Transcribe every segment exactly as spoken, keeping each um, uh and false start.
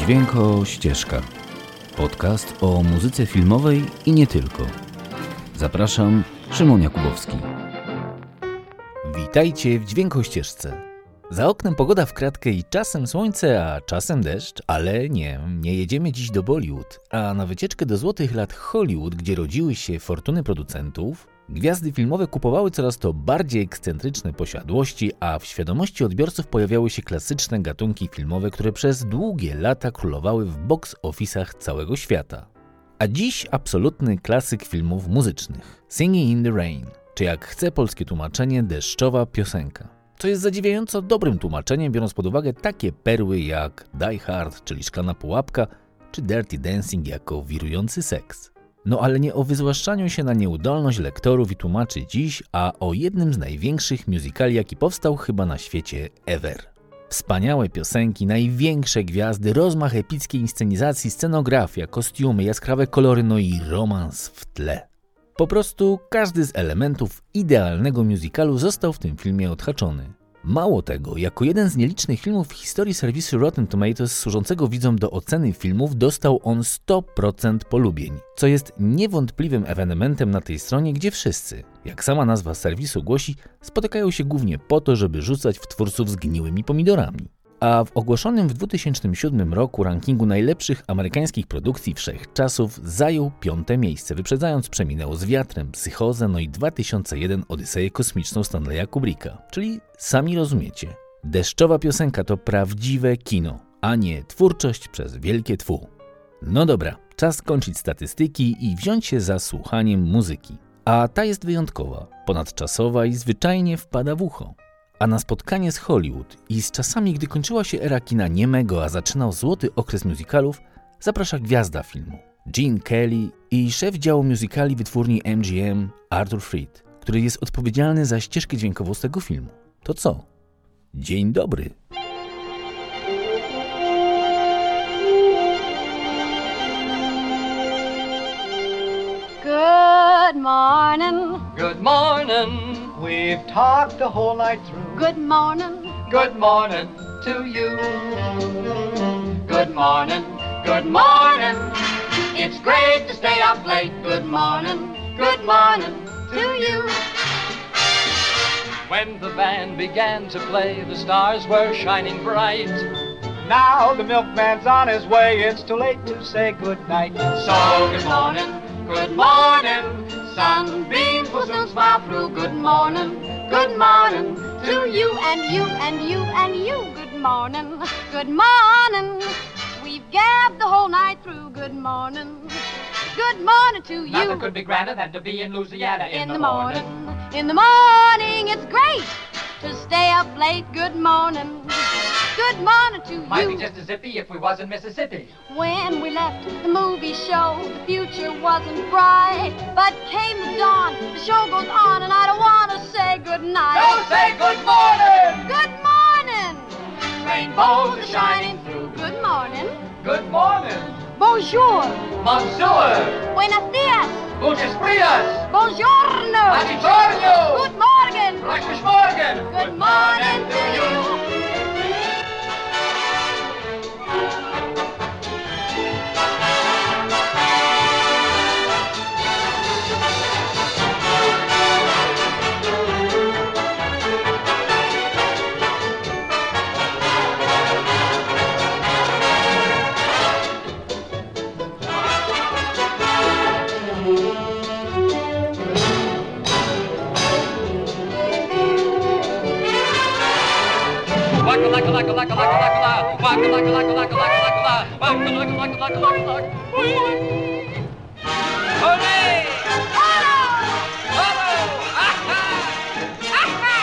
Dźwięko Ścieżka. Podcast o muzyce filmowej i nie tylko. Zapraszam, Szymon Jakubowski. Witajcie w Dźwięko Ścieżce. Za oknem pogoda w kratkę i czasem słońce, a czasem deszcz, ale nie, nie jedziemy dziś do Bollywood, a na wycieczkę do złotych lat Hollywood, gdzie rodziły się fortuny producentów. Gwiazdy filmowe kupowały coraz to bardziej ekscentryczne posiadłości, a w świadomości odbiorców pojawiały się klasyczne gatunki filmowe, które przez długie lata królowały w box office'ach całego świata. A dziś absolutny klasyk filmów muzycznych – Singing in the Rain, czy jak chce polskie tłumaczenie, deszczowa piosenka. Co jest zadziwiająco dobrym tłumaczeniem, biorąc pod uwagę takie perły jak Die Hard, czyli Szklana pułapka, czy Dirty Dancing jako wirujący seks. No ale nie o wyzwłaszczaniu się na nieudolność lektorów i tłumaczy dziś, a o jednym z największych musicali, jaki powstał chyba na świecie ever. Wspaniałe piosenki, największe gwiazdy, rozmach epickiej inscenizacji, scenografia, kostiumy, jaskrawe kolory, no i romans w tle. Po prostu każdy z elementów idealnego musicalu został w tym filmie odhaczony. Mało tego, jako jeden z nielicznych filmów w historii serwisu Rotten Tomatoes służącego widzom do oceny filmów dostał on sto procent polubień, co jest niewątpliwym ewenementem na tej stronie, gdzie wszyscy, jak sama nazwa serwisu głosi, spotykają się głównie po to, żeby rzucać w twórców zgniłymi pomidorami. A w ogłoszonym w dwa tysiące siódmym roku rankingu najlepszych amerykańskich produkcji wszechczasów zajął piąte miejsce, wyprzedzając Przeminęło z wiatrem, Psychozę, no i dwa tysiące jeden Odyseję kosmiczną Stanleya Kubricka. Czyli sami rozumiecie, deszczowa piosenka to prawdziwe kino, a nie twórczość przez wielkie tfu. No dobra, czas kończyć statystyki i wziąć się za słuchaniem muzyki. A ta jest wyjątkowa, ponadczasowa i zwyczajnie wpada w ucho. A na spotkanie z Hollywood i z czasami, gdy kończyła się era kina niemego, a zaczynał złoty okres musicalów, zaprasza gwiazda filmu, Gene Kelly i szef działu musicali wytwórni M G M, Arthur Freed, który jest odpowiedzialny za ścieżkę dźwiękową z tego filmu. To co? Dzień dobry! Good morning. Good morning. We've talked the whole night through. Good morning. Good morning to you. Good morning. Good morning. It's great to stay up late. Good morning. Good morning to you. When the band began to play, the stars were shining bright. Now the milkman's on his way. It's too late to say good night. So good morning. Good morning. Sunbeams will soon smile through. Good morning, good morning To you and you and you and you. Good morning. Good morning. We've gabbed the whole night through. Good morning. Good morning to you. Nothing could be grander than to be in Louisiana in, In the the morning. morning. In the morning, it's great to stay up late. Good morning. Good morning to Might be you. just as zippy if we was in Mississippi. When we left the movie show, the future wasn't bright. But came the dawn, the show goes on, and I don't want to say good night. Don't say good morning! Good morning. Rainbows are shining through. Good morning. Good morning. Bonjour. Monsieur! Buenos dias. Buenos frias! Buongiorno. Buongiorno! Good morning. Guten Morgen! Good morning to you. Laka laka laka laka laka laka laka laka laka laka laka laka laka laka laka laka. Hooray! Hello! Aha! Aha!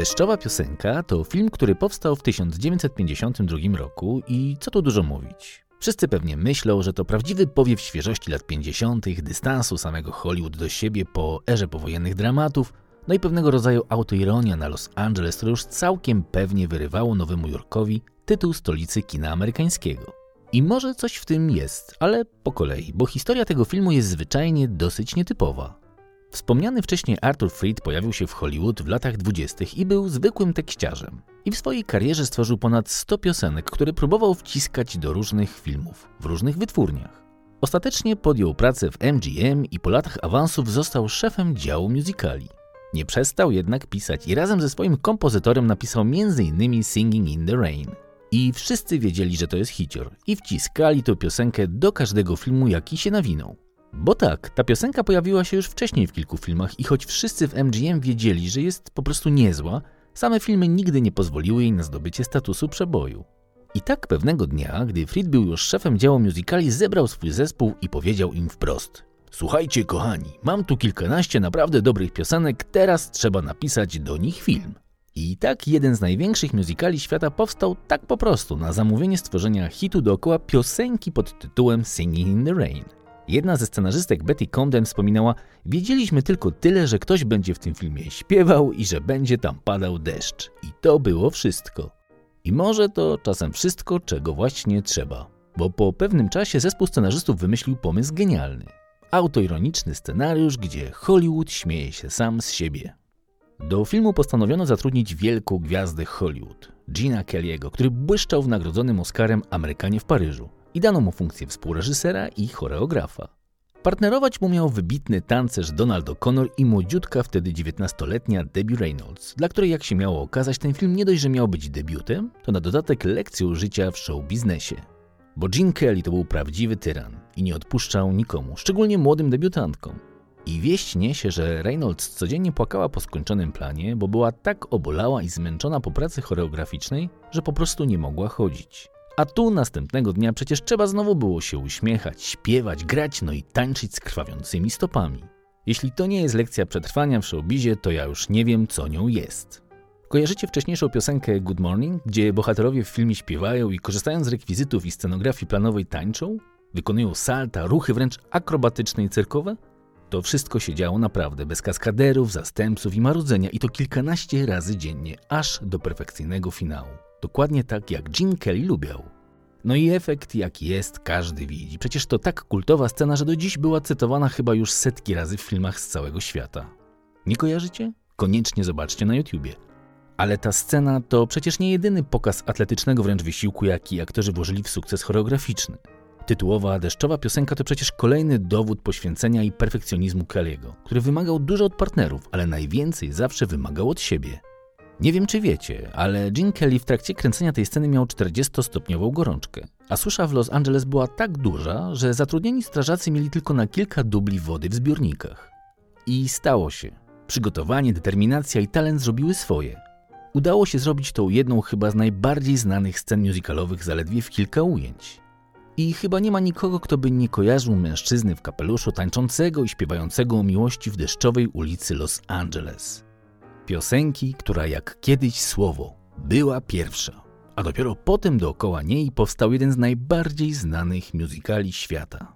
Deszczowa piosenka to film, który powstał w tysiąc dziewięćset pięćdziesiątym drugim roku i co tu dużo mówić. Wszyscy pewnie myślą, że to prawdziwy powiew świeżości lat pięćdziesiątych, dystansu samego Hollywood do siebie po erze powojennych dramatów, no i pewnego rodzaju autoironia na Los Angeles, które już całkiem pewnie wyrywało Nowemu Jorkowi tytuł stolicy kina amerykańskiego. I może coś w tym jest, ale po kolei, bo historia tego filmu jest zwyczajnie dosyć nietypowa. Wspomniany wcześniej Arthur Freed pojawił się w Hollywood w latach dwudziestych i był zwykłym tekściarzem. I w swojej karierze stworzył ponad sto piosenek, które próbował wciskać do różnych filmów, w różnych wytwórniach. Ostatecznie podjął pracę w M G M i po latach awansów został szefem działu musicali. Nie przestał jednak pisać i razem ze swoim kompozytorem napisał między innymi Singing in the Rain. I wszyscy wiedzieli, że to jest hicior i wciskali tę piosenkę do każdego filmu, jaki się nawinął. Bo tak, ta piosenka pojawiła się już wcześniej w kilku filmach i choć wszyscy w M G M wiedzieli, że jest po prostu niezła, same filmy nigdy nie pozwoliły jej na zdobycie statusu przeboju. I tak pewnego dnia, gdy Freed był już szefem działu musicali, zebrał swój zespół i powiedział im wprost: słuchajcie kochani, mam tu kilkanaście naprawdę dobrych piosenek, teraz trzeba napisać do nich film. I tak jeden z największych musicali świata powstał tak po prostu na zamówienie stworzenia hitu dookoła piosenki pod tytułem Singing in the Rain. Jedna ze scenarzystek Betty Comden wspominała: wiedzieliśmy tylko tyle, że ktoś będzie w tym filmie śpiewał i że będzie tam padał deszcz. I to było wszystko. I może to czasem wszystko, czego właśnie trzeba. Bo po pewnym czasie zespół scenarzystów wymyślił pomysł genialny. Autoironiczny scenariusz, gdzie Hollywood śmieje się sam z siebie. Do filmu postanowiono zatrudnić wielką gwiazdę Hollywood, Gina Kelly'ego, który błyszczał w nagrodzonym Oscarem Amerykanie w Paryżu. I dano mu funkcję współreżysera i choreografa. Partnerować mu miał wybitny tancerz Donald O'Connor i młodziutka wtedy dziewiętnastoletnia Debbie Reynolds, dla której, jak się miało okazać, ten film nie dość, że miał być debiutem, to na dodatek lekcją życia w show biznesie. Bo Gene Kelly to był prawdziwy tyran i nie odpuszczał nikomu, szczególnie młodym debiutantkom. I wieść niesie, że Reynolds codziennie płakała po skończonym planie, bo była tak obolała i zmęczona po pracy choreograficznej, że po prostu nie mogła chodzić. A tu następnego dnia przecież trzeba znowu było się uśmiechać, śpiewać, grać, no i tańczyć z krwawiącymi stopami. Jeśli to nie jest lekcja przetrwania w showbizie, to ja już nie wiem, co nią jest. Kojarzycie wcześniejszą piosenkę Good Morning, gdzie bohaterowie w filmie śpiewają i korzystając z rekwizytów i scenografii planowej tańczą? Wykonują salta, ruchy wręcz akrobatyczne i cyrkowe? To wszystko się działo naprawdę bez kaskaderów, zastępców i marudzenia i to kilkanaście razy dziennie, aż do perfekcyjnego finału. Dokładnie tak, jak Gene Kelly lubiał. No i efekt, jaki jest, każdy widzi. Przecież to tak kultowa scena, że do dziś była cytowana chyba już setki razy w filmach z całego świata. Nie kojarzycie? Koniecznie zobaczcie na YouTubie. Ale ta scena to przecież nie jedyny pokaz atletycznego wręcz wysiłku, jaki aktorzy włożyli w sukces choreograficzny. Tytułowa deszczowa piosenka to przecież kolejny dowód poświęcenia i perfekcjonizmu Kelly'ego, który wymagał dużo od partnerów, ale najwięcej zawsze wymagał od siebie. Nie wiem, czy wiecie, ale Gene Kelly w trakcie kręcenia tej sceny miał czterdziestostopniową gorączkę, a susza w Los Angeles była tak duża, że zatrudnieni strażacy mieli tylko na kilka dubli wody w zbiornikach. I stało się. Przygotowanie, determinacja i talent zrobiły swoje. Udało się zrobić tą jedną chyba z najbardziej znanych scen musicalowych zaledwie w kilka ujęć. I chyba nie ma nikogo, kto by nie kojarzył mężczyzny w kapeluszu tańczącego i śpiewającego o miłości w deszczowej ulicy Los Angeles. Piosenki, która jak kiedyś słowo była pierwsza, a dopiero potem dookoła niej powstał jeden z najbardziej znanych musicali świata.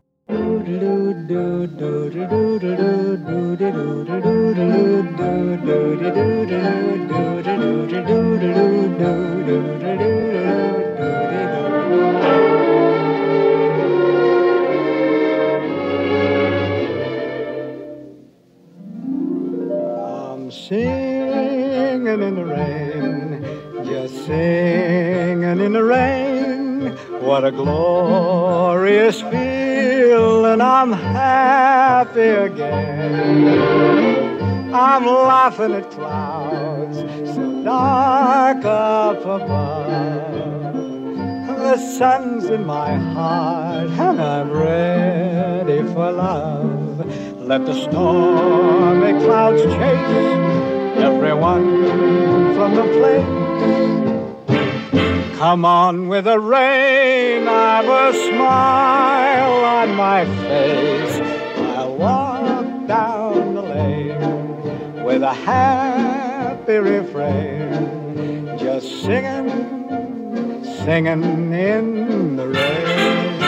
Singing in the rain, just singing in the rain. What a glorious feeling, I'm happy again. I'm laughing at clouds so dark up above. The sun's in my heart and I'm ready for love. Let the stormy clouds chase everyone from the place. Come on with the rain, I've a smile on my face. I'll walk down the lane with a happy happy refrain, just singing, singing in the rain,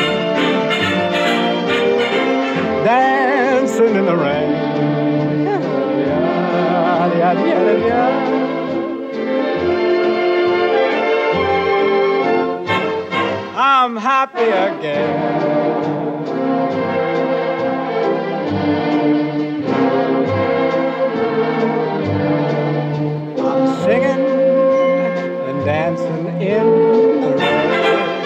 dancing in the rain. Yeah, yeah, yeah, yeah. I'm happy again. Singing and dancing in the rain.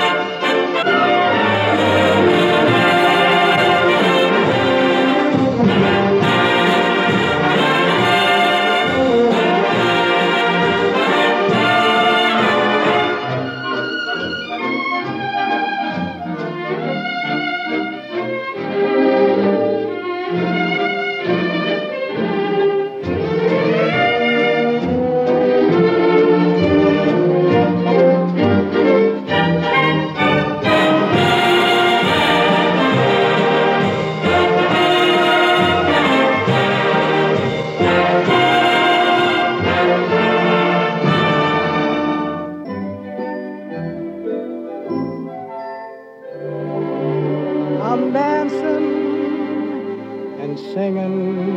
I'm dancing and singing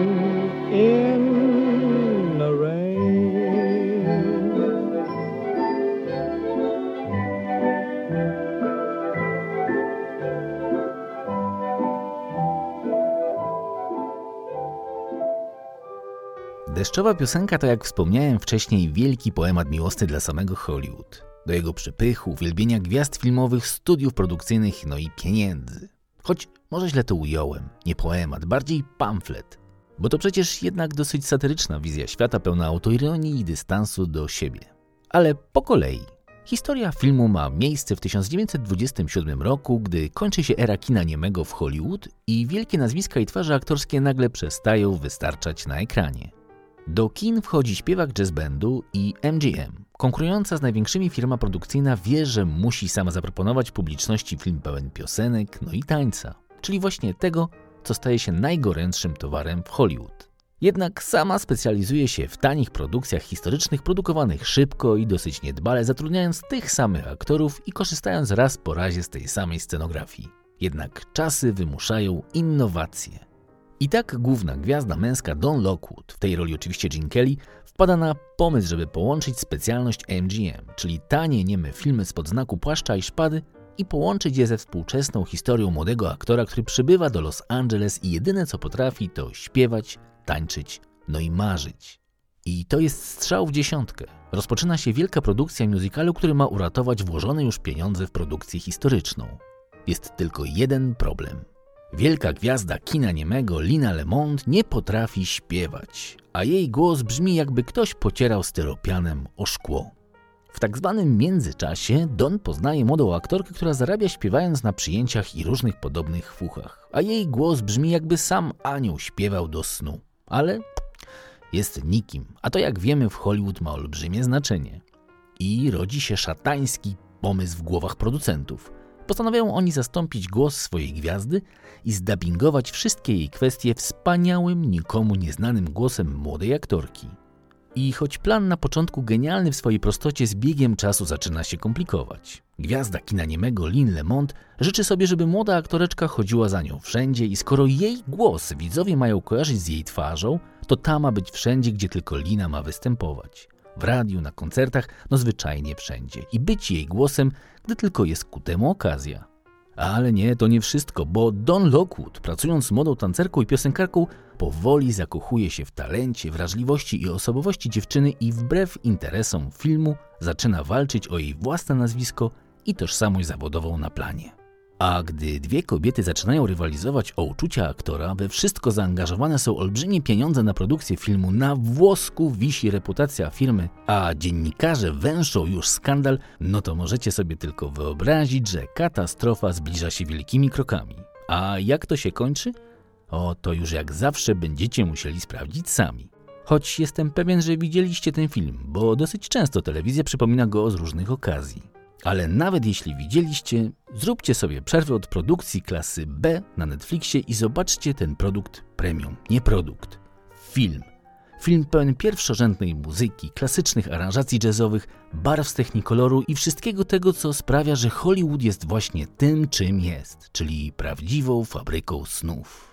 in the rain. Deszczowa piosenka to, jak wspomniałem wcześniej, wielki poemat miłosny dla samego Hollywood. Do jego przepychu, uwielbienia gwiazd filmowych, studiów produkcyjnych, no i pieniędzy. Choć może źle to ująłem, nie poemat, bardziej pamflet. Bo to przecież jednak dosyć satyryczna wizja świata, pełna autoironii i dystansu do siebie. Ale po kolei. Historia filmu ma miejsce w tysiąc dziewięćset dwudziestym siódmym roku, gdy kończy się era kina niemego w Hollywood i wielkie nazwiska i twarze aktorskie nagle przestają wystarczać na ekranie. Do kin wchodzi śpiewak jazz bandu i M G M. Konkurująca z największymi firma produkcyjna wie, że musi sama zaproponować publiczności film pełen piosenek, no i tańca. Czyli właśnie tego, co staje się najgorętszym towarem w Hollywood. Jednak sama specjalizuje się w tanich produkcjach historycznych produkowanych szybko i dosyć niedbale, zatrudniając tych samych aktorów i korzystając raz po razie z tej samej scenografii. Jednak czasy wymuszają innowacje. I tak główna gwiazda męska Dawn Lockwood, w tej roli oczywiście Gene Kelly, wpada na pomysł, żeby połączyć specjalność M G M, czyli tanie, nieme filmy spod znaku płaszcza i szpady, i połączyć je ze współczesną historią młodego aktora, który przybywa do Los Angeles i jedyne co potrafi to śpiewać, tańczyć, no i marzyć. I to jest strzał w dziesiątkę. Rozpoczyna się wielka produkcja musicalu, który ma uratować włożone już pieniądze w produkcję historyczną. Jest tylko jeden problem. Wielka gwiazda kina niemego Lina Lemond nie potrafi śpiewać, a jej głos brzmi, jakby ktoś pocierał styropianem o szkło. W tak zwanym międzyczasie Dawn poznaje młodą aktorkę, która zarabia śpiewając na przyjęciach i różnych podobnych fuchach, a jej głos brzmi, jakby sam anioł śpiewał do snu. Ale jest nikim, a to, jak wiemy, w Hollywood ma olbrzymie znaczenie. I rodzi się szatański pomysł w głowach producentów. Postanawiają oni zastąpić głos swojej gwiazdy i zdubbingować wszystkie jej kwestie wspaniałym, nikomu nieznanym głosem młodej aktorki. I choć plan na początku genialny w swojej prostocie, z biegiem czasu zaczyna się komplikować. Gwiazda kina niemego Lynn Lemond życzy sobie, żeby młoda aktoreczka chodziła za nią wszędzie i skoro jej głos widzowie mają kojarzyć z jej twarzą, to ta ma być wszędzie, gdzie tylko Lina ma występować. W radiu, na koncertach, no zwyczajnie wszędzie. I być jej głosem, gdy tylko jest ku temu okazja. Ale nie, to nie wszystko, bo Dawn Lockwood, pracując z młodą tancerką i piosenkarką, powoli zakochuje się w talencie, wrażliwości i osobowości dziewczyny i wbrew interesom filmu zaczyna walczyć o jej własne nazwisko i tożsamość zawodową na planie. A gdy dwie kobiety zaczynają rywalizować o uczucia aktora, we wszystko zaangażowane są olbrzymie pieniądze na produkcję filmu, na włosku wisi reputacja firmy, a dziennikarze węszą już skandal, no to możecie sobie tylko wyobrazić, że katastrofa zbliża się wielkimi krokami. A jak to się kończy? O, to już jak zawsze będziecie musieli sprawdzić sami. Choć jestem pewien, że widzieliście ten film, bo dosyć często telewizja przypomina go z różnych okazji. Ale nawet jeśli widzieliście, zróbcie sobie przerwę od produkcji klasy B na Netflixie i zobaczcie ten produkt premium. Nie produkt, film. Film pełen pierwszorzędnej muzyki, klasycznych aranżacji jazzowych, barw z Technikoloru i wszystkiego tego, co sprawia, że Hollywood jest właśnie tym, czym jest, czyli prawdziwą fabryką snów.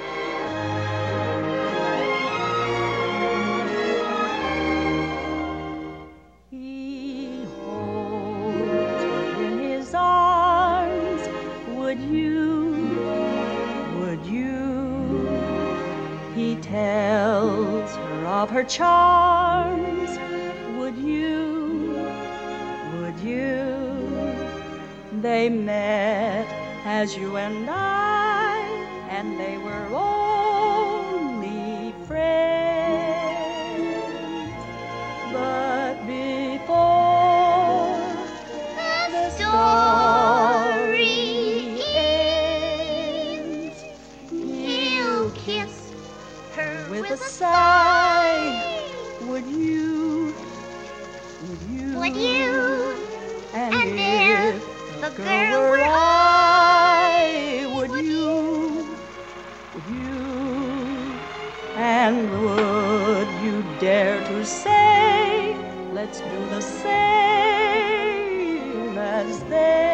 Tells her of her charms. Would you, would you? They met as you and I, and they were only friends. But before the story ends, he'll kiss with a sigh. Would you, would you, Would you? and, And if if the the girl girl were were I, would would you, would you, and would you dare to say, let's do the same as they?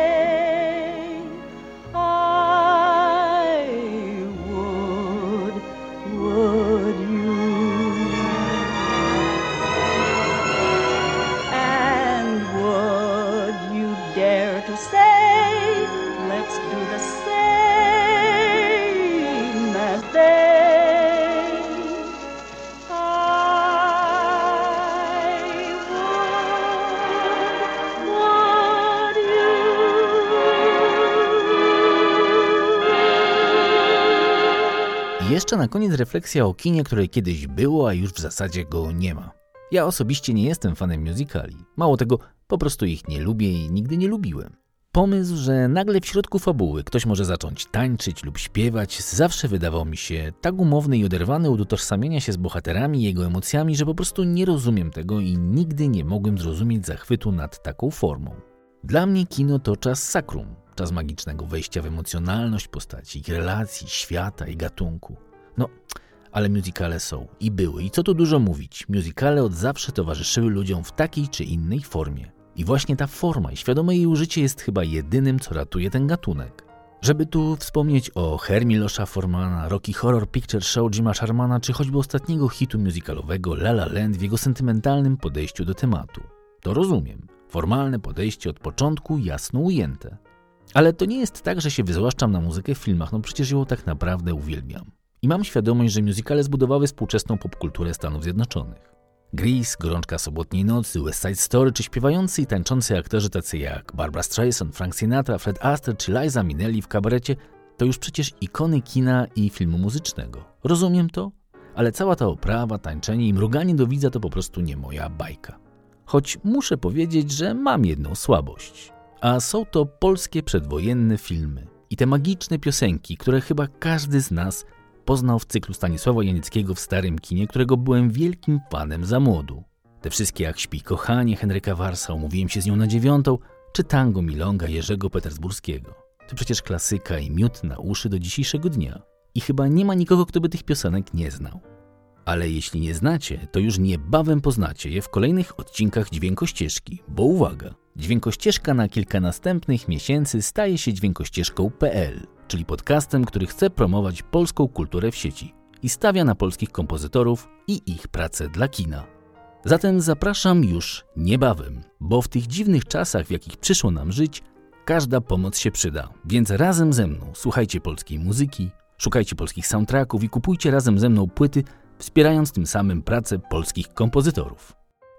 I jeszcze na koniec refleksja o kinie, które kiedyś było, a już w zasadzie go nie ma. Ja osobiście nie jestem fanem musicali. Mało tego, po prostu ich nie lubię i nigdy nie lubiłem. Pomysł, że nagle w środku fabuły ktoś może zacząć tańczyć lub śpiewać, zawsze wydawał mi się tak umowny i oderwany od utożsamienia się z bohaterami i jego emocjami, że po prostu nie rozumiem tego i nigdy nie mogłem zrozumieć zachwytu nad taką formą. Dla mnie kino to czas sakrum, czas magicznego wejścia w emocjonalność postaci, ich relacji, świata i gatunku. No, ale musicale są i były i co tu dużo mówić, musicale od zawsze towarzyszyły ludziom w takiej czy innej formie. I właśnie ta forma i świadome jej użycie jest chyba jedynym, co ratuje ten gatunek. Żeby tu wspomnieć o Hair Milosza Formana, Rocky Horror Picture Show Jima Sharmana, czy choćby ostatniego hitu musicalowego La La Land w jego sentymentalnym podejściu do tematu. To rozumiem. Formalne podejście od początku jasno ujęte. Ale to nie jest tak, że się wyzłaszczam na muzykę w filmach, no przecież ją tak naprawdę uwielbiam. I mam świadomość, że musicale zbudowały współczesną popkulturę Stanów Zjednoczonych. Grease, Gorączka Sobotniej Nocy, West Side Story, czy śpiewający i tańczący aktorzy tacy jak Barbra Streisand, Frank Sinatra, Fred Astaire czy Liza Minnelli w kabarecie to już przecież ikony kina i filmu muzycznego. Rozumiem to, ale cała ta oprawa, tańczenie i mruganie do widza to po prostu nie moja bajka. Choć muszę powiedzieć, że mam jedną słabość. A są to polskie przedwojenne filmy i te magiczne piosenki, które chyba każdy z nas poznał w cyklu Stanisława Janieckiego w starym kinie, którego byłem wielkim fanem za młodu. Te wszystkie jak Śpi kochanie Henryka Warsa, Umówiłem się z nią na dziewiątą, czy Tango Milonga Jerzego Petersburskiego. To przecież klasyka i miód na uszy do dzisiejszego dnia. I chyba nie ma nikogo, kto by tych piosenek nie znał. Ale jeśli nie znacie, to już niebawem poznacie je w kolejnych odcinkach Dźwiękościeżki, bo uwaga, Dźwiękościeżka na kilka następnych miesięcy staje się dźwiękościeżką kropka pe el, czyli podcastem, który chce promować polską kulturę w sieci i stawia na polskich kompozytorów i ich pracę dla kina. Zatem zapraszam już niebawem, bo w tych dziwnych czasach, w jakich przyszło nam żyć, każda pomoc się przyda, więc razem ze mną słuchajcie polskiej muzyki, szukajcie polskich soundtracków i kupujcie razem ze mną płyty, wspierając tym samym pracę polskich kompozytorów.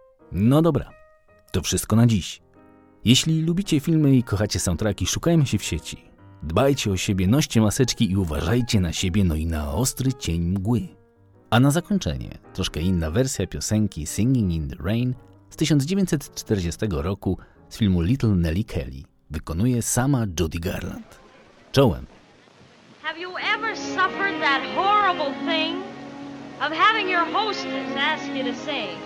No dobra, to wszystko na dziś. Jeśli lubicie filmy i kochacie soundtracki, szukajmy się w sieci. Dbajcie o siebie, noście maseczki i uważajcie na siebie, no i na ostry cień mgły. A na zakończenie troszkę inna wersja piosenki Singing in the Rain z tysiąc dziewięćset czterdziestego roku z filmu Little Nelly Kelly. Wykonuje sama Judy Garland. Czołem! Have you ever suffered that horrible thing of having your hostess ask you to sing?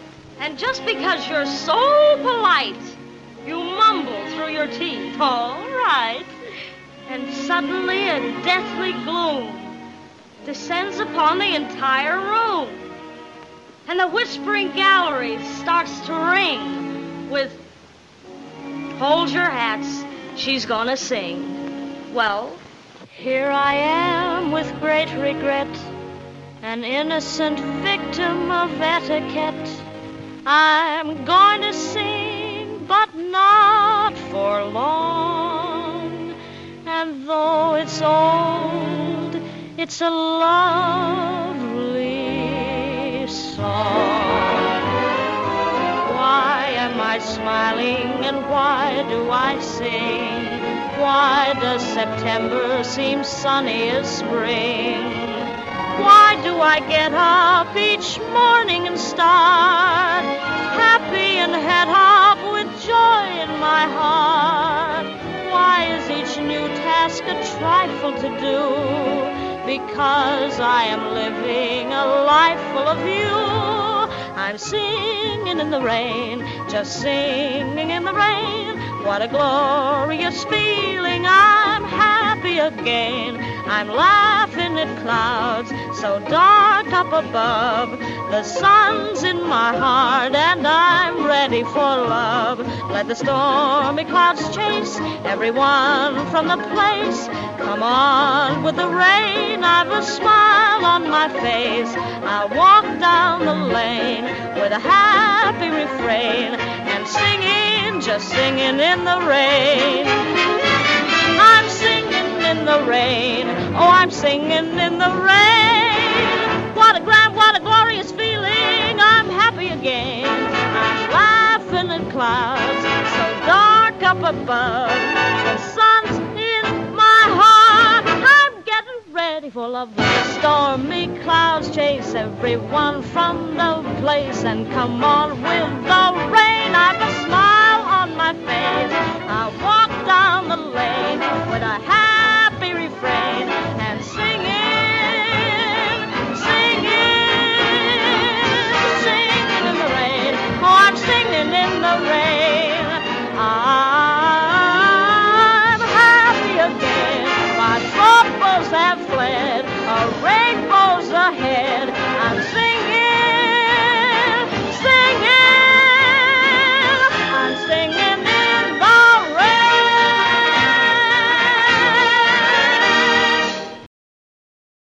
And just because you're so polite, you mumble through your teeth, all right. And suddenly a deathly gloom descends upon the entire room. and the whispering gallery starts to ring with, hold your hats, she's gonna sing. Well, here I am with great regret, an innocent victim of etiquette. I'm going to sing, but not for long. And though it's old, it's a lovely song. Why am I smiling and why do I sing? Why does September seem sunny as spring? Why do I get up each morning and start happy and head up with joy in my heart? Why is each new task a trifle to do? Because I am living a life full of you. I'm singing in the rain, just singing in the rain. What a glorious feeling, I'm happy again. I'm laughing at clouds so dark up above. The sun's in my heart and I'm ready for love. Let the stormy clouds chase everyone from the place. Come on with the rain, I've a smile on my face. I'll walk down the lane with a happy refrain and singing, just singing in the rain. I'm singing in the rain, oh, I'm singing in the rain. What a grand, what a glorious feeling, I'm happy again. I'm laughing at clouds so dark up above. The sun's in my heart, I'm getting ready for love. The stormy clouds chase everyone from the place and come on with the rain.